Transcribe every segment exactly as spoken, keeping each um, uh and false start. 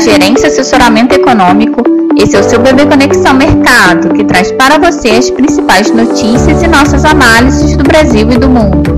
gerência e assessoramento econômico. Esse é o seu B B Conexão Mercado, que traz para você as principais notícias e nossas análises do Brasil e do mundo.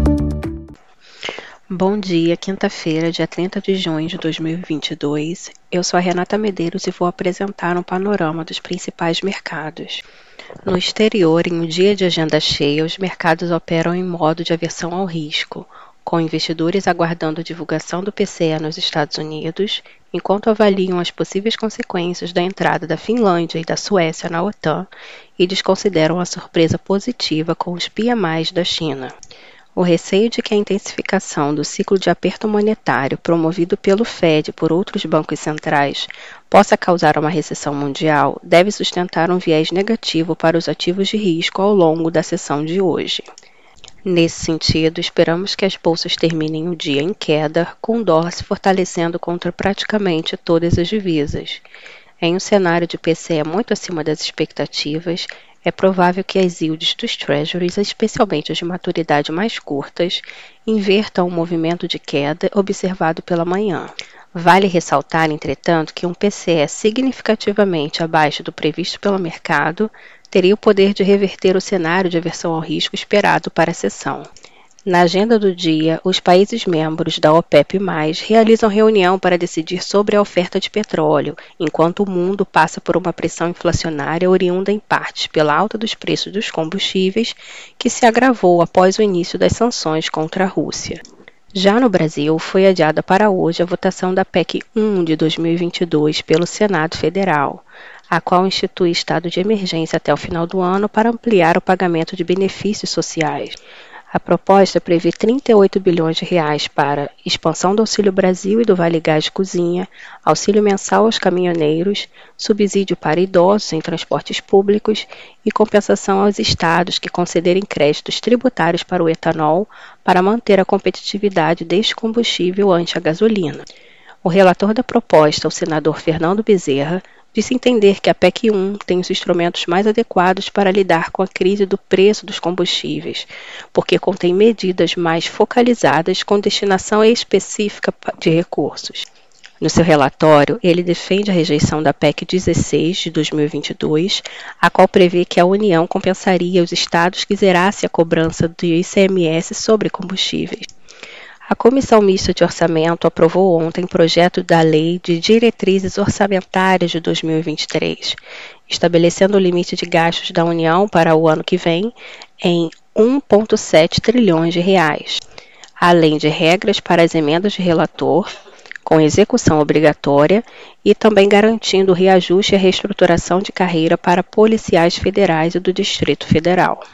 Bom dia, quinta-feira, dia trinta de junho de dois mil e vinte e dois. Eu sou a Renata Medeiros e vou apresentar um panorama dos principais mercados. No exterior, em um dia de agenda cheia, os mercados operam em modo de aversão ao risco, com investidores aguardando a divulgação do P C E nos Estados Unidos, enquanto avaliam as possíveis consequências da entrada da Finlândia e da Suécia na OTAN e desconsideram a surpresa positiva com os P M Is da China. O receio de que a intensificação do ciclo de aperto monetário promovido pelo Fed e por outros bancos centrais possa causar uma recessão mundial deve sustentar um viés negativo para os ativos de risco ao longo da sessão de hoje. Nesse sentido, esperamos que as bolsas terminem o dia em queda, com o dólar se fortalecendo contra praticamente todas as divisas. Em um cenário de P C E muito acima das expectativas, é provável que as yields dos Treasuries, especialmente as de maturidade mais curtas, invertam o movimento de queda observado pela manhã. Vale ressaltar, entretanto, que um P C E significativamente abaixo do previsto pelo mercado teria o poder de reverter o cenário de aversão ao risco esperado para a sessão. Na agenda do dia, os países membros da OPEP mais, realizam reunião para decidir sobre a oferta de petróleo, enquanto o mundo passa por uma pressão inflacionária oriunda em parte pela alta dos preços dos combustíveis, que se agravou após o início das sanções contra a Rússia. Já no Brasil, foi adiada para hoje a votação da P E C um de dois mil e vinte e dois pelo Senado Federal, a qual institui estado de emergência até o final do ano para ampliar o pagamento de benefícios sociais. A proposta prevê trinta e oito bilhões de reais para expansão do Auxílio Brasil e do Vale Gás de Cozinha, auxílio mensal aos caminhoneiros, subsídio para idosos em transportes públicos e compensação aos estados que concederem créditos tributários para o etanol para manter a competitividade deste combustível ante a gasolina. O relator da proposta, o senador Fernando Bezerra, disse entender que a P E C um tem os instrumentos mais adequados para lidar com a crise do preço dos combustíveis, porque contém medidas mais focalizadas com destinação específica de recursos. No seu relatório, ele defende a rejeição da P E C dezesseis de dois mil e vinte e dois, a qual prevê que a União compensaria os estados que zerasse a cobrança do I C M S sobre combustíveis. A Comissão Mista de Orçamento aprovou ontem o projeto da Lei de Diretrizes Orçamentárias de dois mil e vinte e três, estabelecendo o limite de gastos da União para o ano que vem em um vírgula sete trilhões de reais, além de regras para as emendas de relator, com execução obrigatória, e também garantindo o reajuste e a reestruturação de carreira para policiais federais e do Distrito Federal.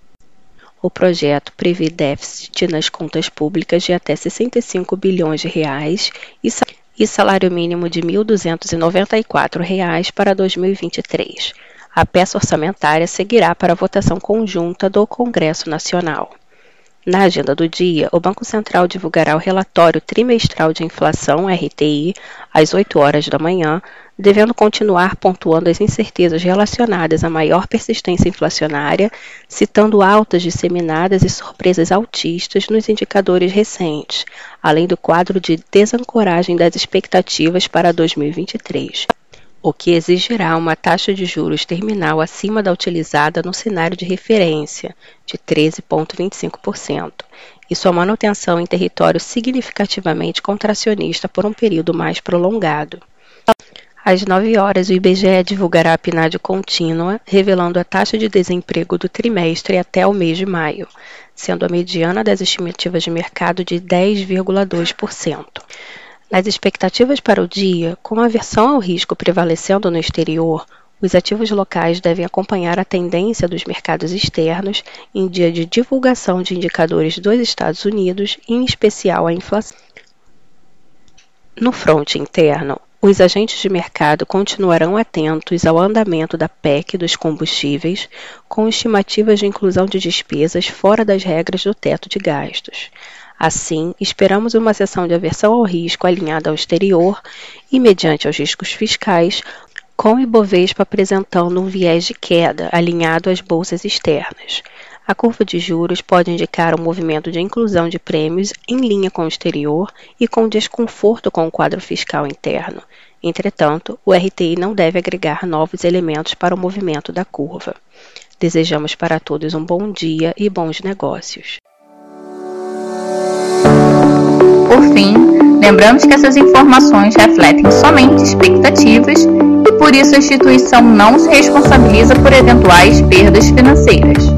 O projeto prevê déficit nas contas públicas de até sessenta e cinco bilhões de reais e salário mínimo de mil duzentos e noventa e quatro reais para dois mil e vinte e três. A peça orçamentária seguirá para a votação conjunta do Congresso Nacional. Na agenda do dia, o Banco Central divulgará o relatório trimestral de inflação, R T I, às oito horas da manhã, devendo continuar pontuando as incertezas relacionadas à maior persistência inflacionária, citando altas disseminadas e surpresas altistas nos indicadores recentes, além do quadro de desancoragem das expectativas para dois mil e vinte e três. O que exigirá uma taxa de juros terminal acima da utilizada no cenário de referência, de treze vírgula vinte e cinco por cento, e sua manutenção em território significativamente contracionista por um período mais prolongado. Às nove horas, o I B G E divulgará a P N A D contínua, revelando a taxa de desemprego do trimestre até o mês de maio, sendo a mediana das estimativas de mercado de dez vírgula dois por cento. Nas expectativas para o dia, com a aversão ao risco prevalecendo no exterior, os ativos locais devem acompanhar a tendência dos mercados externos em dia de divulgação de indicadores dos Estados Unidos, em especial a inflação. No fronte interno, os agentes de mercado continuarão atentos ao andamento da P E C dos combustíveis, com estimativas de inclusão de despesas fora das regras do teto de gastos. Assim, esperamos uma sessão de aversão ao risco alinhada ao exterior e, mediante aos riscos fiscais, com o Ibovespa apresentando um viés de queda alinhado às bolsas externas. A curva de juros pode indicar um movimento de inclusão de prêmios em linha com o exterior e com desconforto com o quadro fiscal interno, Entretanto, o R T I não deve agregar novos elementos para o movimento da curva. Desejamos para todos um bom dia e bons negócios. Por fim, lembramos que essas informações refletem somente expectativas e por isso a instituição não se responsabiliza por eventuais perdas financeiras.